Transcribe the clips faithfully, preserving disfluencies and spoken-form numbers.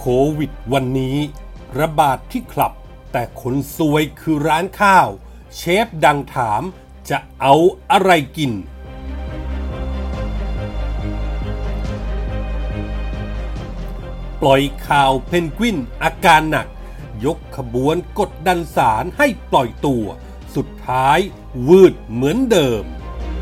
วิดวันนี้ระบาดที่คลับแต่คนซวยคือร้านข้าวเชฟดังถามจะเอาอะไรกินปล่อยข่าวเพนกวินอาการหนักยกขบวนกดดันศาลให้ปล่อยตัวสุดท้ายวืดเหมือนเดิม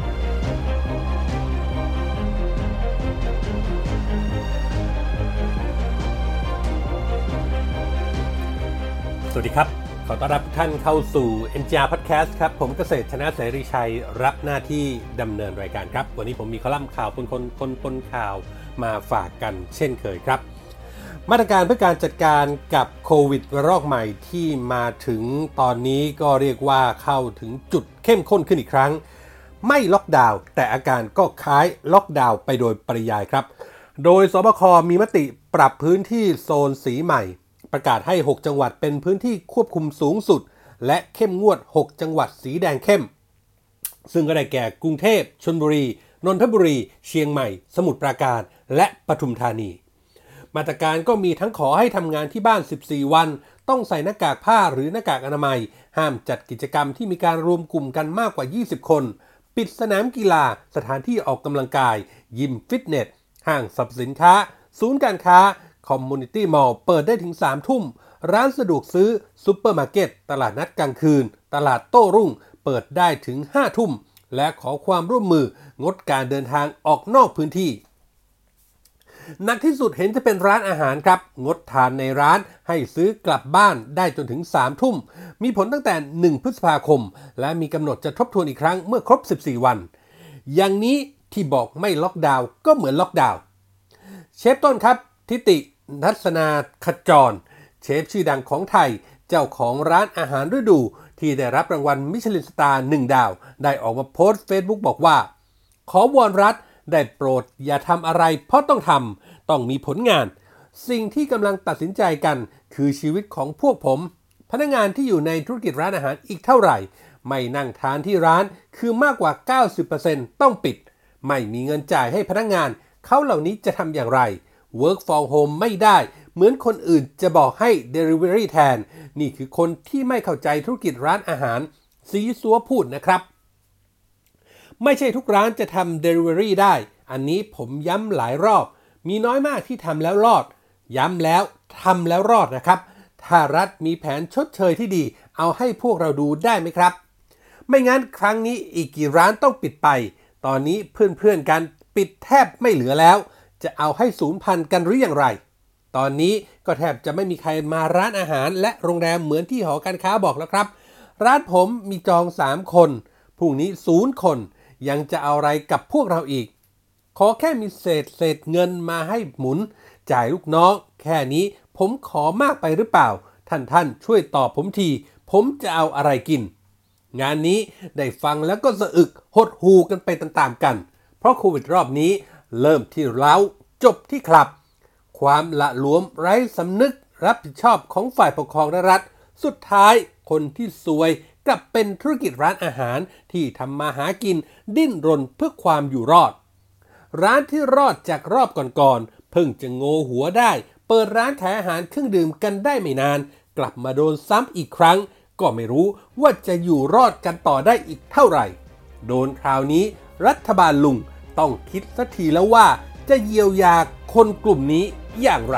สวัสดีครับขอต้อนรับทุกท่านเข้าสู่ เอ็น จี อาร์ Podcast ครับผมเกษตรชนะเสรีชัยรับหน้าที่ดำเนินรายการครับวันนี้ผมมีคอลัมน์ข่าวปนคนคนปนข่าวมาฝากกันเช่นเคยครับมาตรการเพื่อการจัดการกับโควิดระลอกใหม่ที่มาถึงตอนนี้ก็เรียกว่าเข้าถึงจุดเข้มข้นขึ้นอีกครั้งไม่ล็อกดาวน์แต่อาการก็คล้ายล็อกดาวน์ไปโดยปริยายครับโดยสบคมีมติปรับพื้นที่โซนสีใหม่ประกาศให้หกจังหวัดเป็นพื้นที่ควบคุมสูงสุดและเข้มงวดหกจังหวัดสีแดงเข้มซึ่งก็ได้แก่กรุงเทพชลบุรีนนทบุรีเชียงใหม่สมุทรปราการและปทุมธานีมาตรการก็มีทั้งขอให้ทำงานที่บ้านสิบสี่วันต้องใส่หน้ากากผ้าหรือหน้ากากอนามัยห้ามจัดกิจกรรมที่มีการรวมกลุ่มกันมากกว่ายี่สิบคนปิดสนามกีฬาสถานที่ออกกำลังกายยิมฟิตเนสห้างสรรพสินค้าศูนย์การค้าคอมมูนิตี้มอลล์เปิดได้ถึงสามทุ่มร้านสะดวกซื้อซุปเปอร์มาร์เก็ตตลาดนัดกลางคืนตลาดโต้รุ่งเปิดได้ถึงห้าทุ่มและขอความร่วมมืองดการเดินทางออกนอกพื้นที่หนักที่สุดเห็นจะเป็นร้านอาหารครับงดทานในร้านให้ซื้อกลับบ้านได้จนถึงสามทุ่มมีผลตั้งแต่หนึ่งพฤษภาคมและมีกำหนดจะทบทวนอีกครั้งเมื่อครบสิบสี่วันอย่างนี้ที่บอกไม่ล็อกดาวน์ก็เหมือนล็อกดาวน์เชฟต้นครับทิติทัศนาขจรเชฟชื่อดังของไทยเจ้าของร้านอาหารฤดูที่ได้รับรางวัลมิชลินสตาร์หนึ่งดาวได้ออกมาโพสต์ Facebook บอกว่าขอวอนรัฐได้โปรดอย่าทำอะไรเพราะต้องทำต้องมีผลงานสิ่งที่กำลังตัดสินใจกันคือชีวิตของพวกผมพนักงานที่อยู่ในธุรกิจร้านอาหารอีกเท่าไหร่ไม่นั่งทานที่ร้านคือมากกว่า เก้าสิบเปอร์เซ็นต์ ต้องปิดไม่มีเงินจ่ายให้พนักงานเขาเหล่านี้จะทำอย่างไรWork from home ไม่ได้เหมือนคนอื่นจะบอกให้ Delivery แทนนี่คือคนที่ไม่เข้าใจธุรกิจร้านอาหารซีซัวพูดนะครับไม่ใช่ทุกร้านจะทำ Delivery ได้อันนี้ผมย้ำหลายรอบมีน้อยมากที่ทำแล้วรอดย้ำแล้วทำแล้วรอดนะครับถ้ารัฐมีแผนชดเชยที่ดีเอาให้พวกเราดูได้ไหมครับไม่งั้นครั้งนี้อีกกี่ร้านต้องปิดไปตอนนี้เพื่อนๆกันปิดแทบไม่เหลือแล้วจะเอาให้สูญพันธุ์กันหรืออย่างไรตอนนี้ก็แทบจะไม่มีใครมาร้านอาหารและโรงแรมเหมือนที่หอการค้าบอกแล้วครับร้านผมมีจองสามคนพรุ่งนี้ศูนย์คนยังจะเอาอะไรกับพวกเราอีกขอแค่มีเศษเศษเงินมาให้หมุนจ่ายลูกน้องแค่นี้ผมขอมากไปหรือเปล่าท่านท่านช่วยตอบผมทีผมจะเอาอะไรกินงานนี้ได้ฟังแล้วก็สะอึกหดหูกันไปตามๆกันเพราะโควิดรอบนี้เริ่มที่เล้าจบที่คลับความละหลวมไร้สำนึกรับผิดชอบของฝ่ายปกครองและรัฐสุดท้ายคนที่ซวยกลับเป็นธุรกิจร้านอาหารที่ทำมาหากินดิ้นรนเพื่อความอยู่รอดร้านที่รอดจากรอบก่อนๆเพิ่งจะโงหัวได้เปิดร้านขายอาหารเครื่องดื่มกันได้ไม่นานกลับมาโดนซ้ำอีกครั้งก็ไม่รู้ว่าจะอยู่รอดกันต่อได้อีกเท่าไหร่โดนคราวนี้รัฐบาลลุงต้องคิดสักทีแล้วว่าจะเยียวยาคนกลุ่มนี้อย่างไร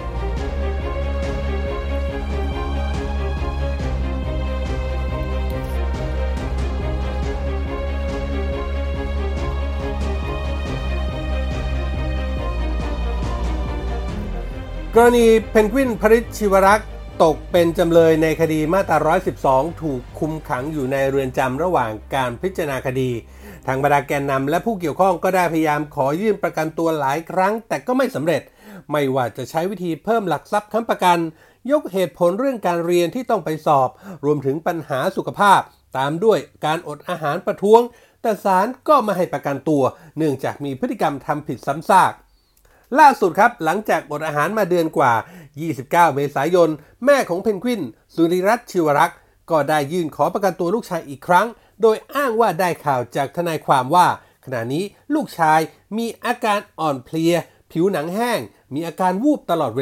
กรณีเพนกวินพริชชิวรักษ์ตกเป็นจำเลยในคดีมาตราหนึ่งร้อยสิบสองถูกคุมขังอยู่ในเรือนจำระหว่างการพิจารณาคดีทางบรรดาแกนนำและผู้เกี่ยวข้องก็ได้พยายามขอยื่นประกันตัวหลายครั้งแต่ก็ไม่สำเร็จไม่ว่าจะใช้วิธีเพิ่มหลักทรัพย์ค้ำประกันยกเหตุผลเรื่องการเรียนที่ต้องไปสอบรวมถึงปัญหาสุขภาพตามด้วยการอดอาหารประท้วงแต่ศาลก็ไม่ให้ประกันตัวเนื่องจากมีพฤติกรรมทำผิดซ้ำซากล่าสุดครับหลังจากอดอาหารมาเดือนกว่ายี่สิบเก้าเมษายนแม่ของเพนกวินสุริรัตน์ชิวรักษ์ก็ได้ยื่นขอประกันตัวลูกชายอีกครั้งโดยอ้างว่าได้ข่าวจากทนายความว่าขณะนี้ลูกชายมีอาการอ่อนเพลียผิวหนังแห้งมีอาการวูบตลอดเวลา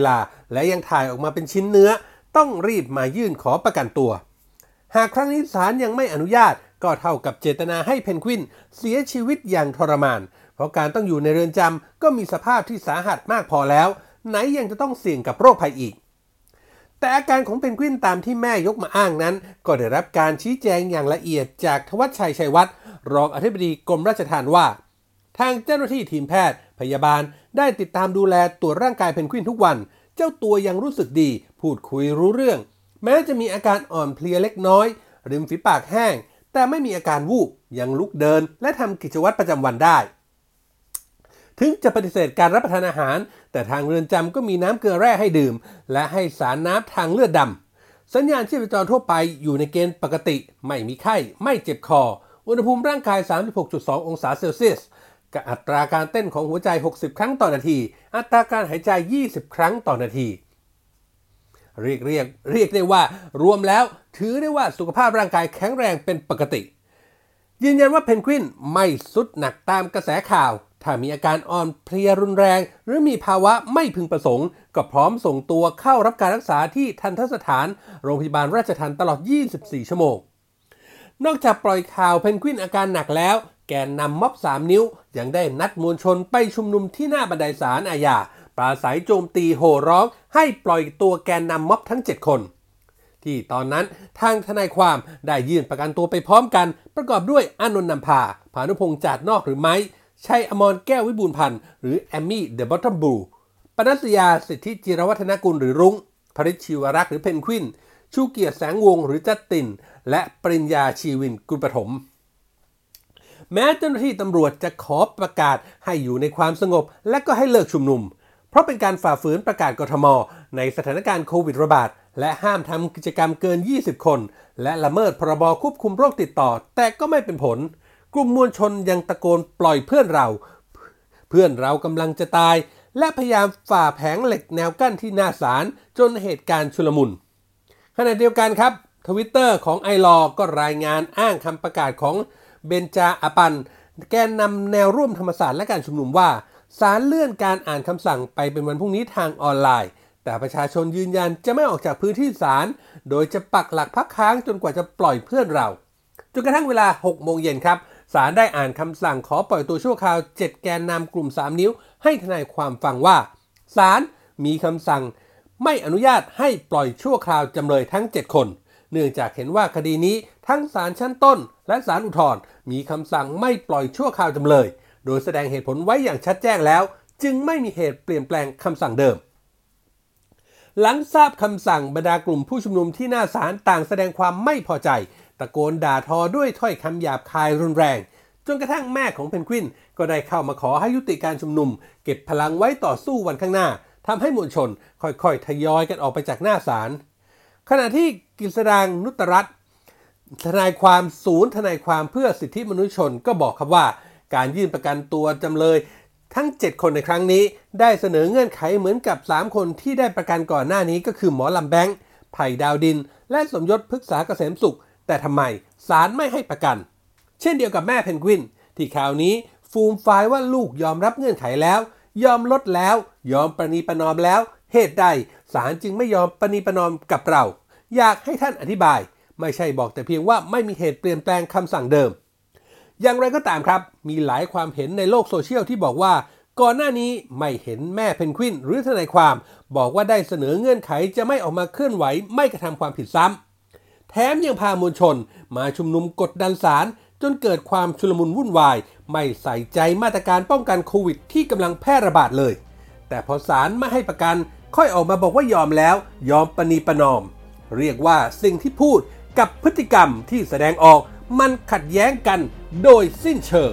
และยังถ่ายออกมาเป็นชิ้นเนื้อต้องรีบมายื่นขอประกันตัวหากครั้งนี้ศาลยังไม่อนุญาตก็เท่ากับเจตนาให้เพนกวินเสียชีวิตอย่างทรมานเพราะการต้องอยู่ในเรือนจำก็มีสภาพที่สาหัสมากพอแล้วไหนยังจะต้องเสี่ยงกับโรคภัยอีกแต่อาการของเพนกวินตามที่แม่ยกมาอ้างนั้นก็ได้รับการชี้แจงอย่างละเอียดจากทวัชชัยชัยวัฒน์รองอธิบดีกรมราชทัณฑ์ว่าทางเจ้าหน้าที่ทีมแพทย์พยาบาลได้ติดตามดูแลตรวจร่างกายเพนกวินทุกวันเจ้าตัวยังรู้สึกดีพูดคุยรู้เรื่องแม้จะมีอาการอ่อนเพลียเล็กน้อยริมฝีปากแห้งแต่ไม่มีอาการวูบยังลุกเดินและทำกิจวัตรประจำวันได้ถึงจะปฏิเสธการรับประทานอาหารแต่ทางเรือนจำก็มีน้ำเกลือแร่ให้ดื่มและให้สารน้ำทางเลือดดำสัญญาณชีพจรทั่วไปอยู่ในเกณฑ์ปกติไม่มีไข้ไม่เจ็บคออุณหภูมิร่างกาย สามสิบหกจุดสอง องศาเซลเซียสกับอัตราการเต้นของหัวใจหกสิบครั้งต่อนาทีอัตราการหายใจยี่สิบครั้งต่อนาทีเรียกเรียกเรียกได้ว่ารวมแล้วถือได้ว่าสุขภาพร่างกายแข็งแรงเป็นปกติยืนยันว่าเพนกวินไม่สุดหนักตามกระแสข่าวถ้ามีอาการอ่อนเพลียรุนแรงหรือมีภาวะไม่พึงประสงค์ก็พร้อมส่งตัวเข้ารับการรักษาที่ทันตสถานโรงพยาบาลราชทัณฑ์ตลอดยี่สิบสี่ชั่วโมงนอกจากปล่อยข่าวเพนกวินอาการหนักแล้วแกนนำม็อบสามนิ้วยังได้นัดมวลชนไปชุมนุมที่หน้าบันไดศาลอาญาปราศัยโจมตีโห่ร้องให้ปล่อยตัวแกนนำม็อบทั้งเจ็ดคนที่ตอนนั้นทางทนายความได้ยื่นประกันตัวไปพร้อมกันประกอบด้วยอานนท์นำพาพานุพงษ์จาดนอกหรือไม้ชัยอมรแก้ววิบูลย์พันธ์หรือแอมมี่เดอะบอททอมบลูปนัสยาสิทธิจิรวัฒนกุลหรือรุ้งภริชชีวรักษ์หรือเพนกวินชูเกียรติแสงวงศ์หรือจัสตินและปริญญาชีวินกุลปฐมแม้เจ้าหน้าที่ตำรวจจะขอประกาศให้อยู่ในความสงบและก็ให้เลิกชุมนุมเพราะเป็นการฝ่าฝืนประกาศกทม.ในสถานการณ์โควิดระบาดและห้ามทำกิจกรรมเกินยี่สิบคนและละเมิดพรบควบคุมโรคติดต่อแต่ก็ไม่เป็นผลกลุ่มมวลชนยังตะโกนปล่อยเพื่อนเราเพื่อนเรากำลังจะตายและพยายามฝ่าแผงเหล็กแนวกั้นที่หน้าศาลจนเหตุการณ์ชุลมุนขณะเดียวกันครับทวิตเตอร์ของไอลอก็รายงานอ้างคำประกาศของเบญจาอาปันแกนนำแนวร่วมธรรมศาสตร์และการชุมนุมว่าศาลเลื่อนการอ่านคำสั่งไปเป็นวันพรุ่งนี้ทางออนไลน์แต่ประชาชนยืนยันจะไม่ออกจากพื้นที่ศาลโดยจะปักหลักพักค้างจนกว่าจะปล่อยเพื่อนเราจนกระทั่งเวลา หกโมงเย็นครับศาลได้อ่านคำสั่งขอปล่อยตัวชั่วคราวเจ็ดแกนนำกลุ่มสามนิ้วให้ทนายความฟังว่าศาลมีคำสั่งไม่อนุญาตให้ปล่อยชั่วคราวจำเลยทั้งเจ็ดคนเนื่องจากเห็นว่าคดีนี้ทั้งศาลชั้นต้นและศาลอุทธรณ์มีคำสั่งไม่ปล่อยชั่วคราวจำเลยโดยแสดงเหตุผลไว้อย่างชัดแจ้งแล้วจึงไม่มีเหตุเปลี่ยนแปลงคำสั่งเดิมหลังทราบคำสั่งบรรดากลุ่มผู้ชุมนุมที่หน้าศาลต่างแสดงความไม่พอใจตะโกนด่าทอด้วยถ้อยคำหยาบคายรุนแรงจนกระทั่งแม่ของเพนกวินก็ได้เข้ามาขอให้ยุติการชุมนุมเก็บพลังไว้ต่อสู้วันข้างหน้าทำให้มวลชนค่อยๆทยอยกันออกไปจากหน้าศาลขณะที่กฤษดางนุตตรัตน์ทนายความศูนย์ทนายความเพื่อสิทธิมนุษยชนก็บอกครับว่าการยื่นประกันตัวจำเลยทั้งเจ็ดคนในครั้งนี้ได้เสนอเงื่อนไขเหมือนกับสามคนที่ได้ประกันก่อนหน้านี้ก็คือหมอลำแบงค์ไผ่ดาวดินและสมยศพฤกษาเกษมสุขแต่ทำไมศาลไม่ให้ประกันเช่นเดียวกับแม่เพนกวินที่ข่าวนี้ฟูมไฟล์ว่าลูกยอมรับเงื่อนไขแล้วยอมลดแล้วยอมประนีประนอมแล้วเหตุใดศาลจึงไม่ยอมประนีประนอมกับเราอยากให้ท่านอธิบายไม่ใช่บอกแต่เพียงว่าไม่มีเหตุเปลี่ยนแปลงคำสั่งเดิมอย่างไรก็ตามครับมีหลายความเห็นในโลกโซเชียลที่บอกว่าก่อนหน้านี้ไม่เห็นแม่เพนกวินหรือทนายความบอกว่าได้เสนอเงื่อนไขจะไม่ออกมาเคลื่อนไหวไม่กระทำความผิดซ้ำแถมยังพามวลชนมาชุมนุมกดดันศาลจนเกิดความชุลมุนวุ่นวายไม่ใส่ใจมาตรการป้องกันโควิดที่กำลังแพร่ระบาดเลยแต่พอศาลไม่ให้ประกันค่อยออกมาบอกว่ายอมแล้วยอมประนีประนอมเรียกว่าสิ่งที่พูดกับพฤติกรรมที่แสดงออกมันขัดแย้งกันโดยสิ้นเชิง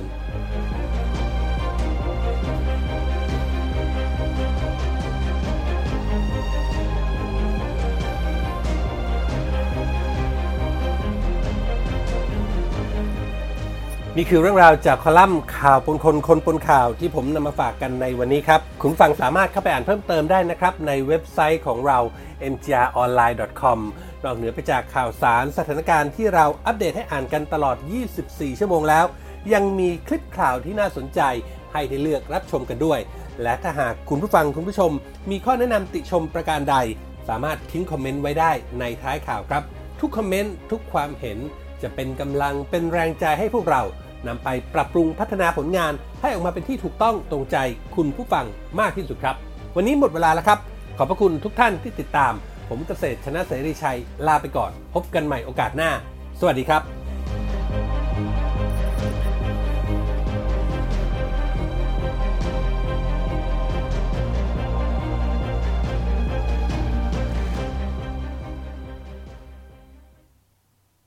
นี่คือเรื่องราวจากคอลัมน์ข่าวปนคนคนปนข่าวที่ผมนำมาฝากกันในวันนี้ครับคุณฟังสามารถเข้าไปอ่านเพิ่มเติมได้นะครับในเว็บไซต์ของเรา เอ็ม จี อาร์ ออนไลน์ ดอท คอม นอกเหนือไปจากข่าวสารสถานการณ์ที่เราอัปเดตให้อ่านกันตลอดยี่สิบสี่ชั่วโมงแล้วยังมีคลิปข่าวที่น่าสนใจให้ได้เลือกรับชมกันด้วยและถ้าหากคุณผู้ฟังคุณผู้ชมมีข้อแนะนำติชมประการใดสามารถทิ้งคอมเมนต์ไว้ได้ในท้ายข่าวครับทุกคอมเมนต์ทุกความเห็นจะเป็นกำลังเป็นแรงใจให้พวกเรานำไปปรับปรุงพัฒนาผลงานให้ออกมาเป็นที่ถูกต้องตรงใจคุณผู้ฟังมากที่สุดครับวันนี้หมดเวลาแล้วครับขอบพระคุณทุกท่านที่ติดตามผมเกษตรชนะเสรีชัยลาไปก่อนพบกันใหม่โอกาสหน้าสวัสดีครับ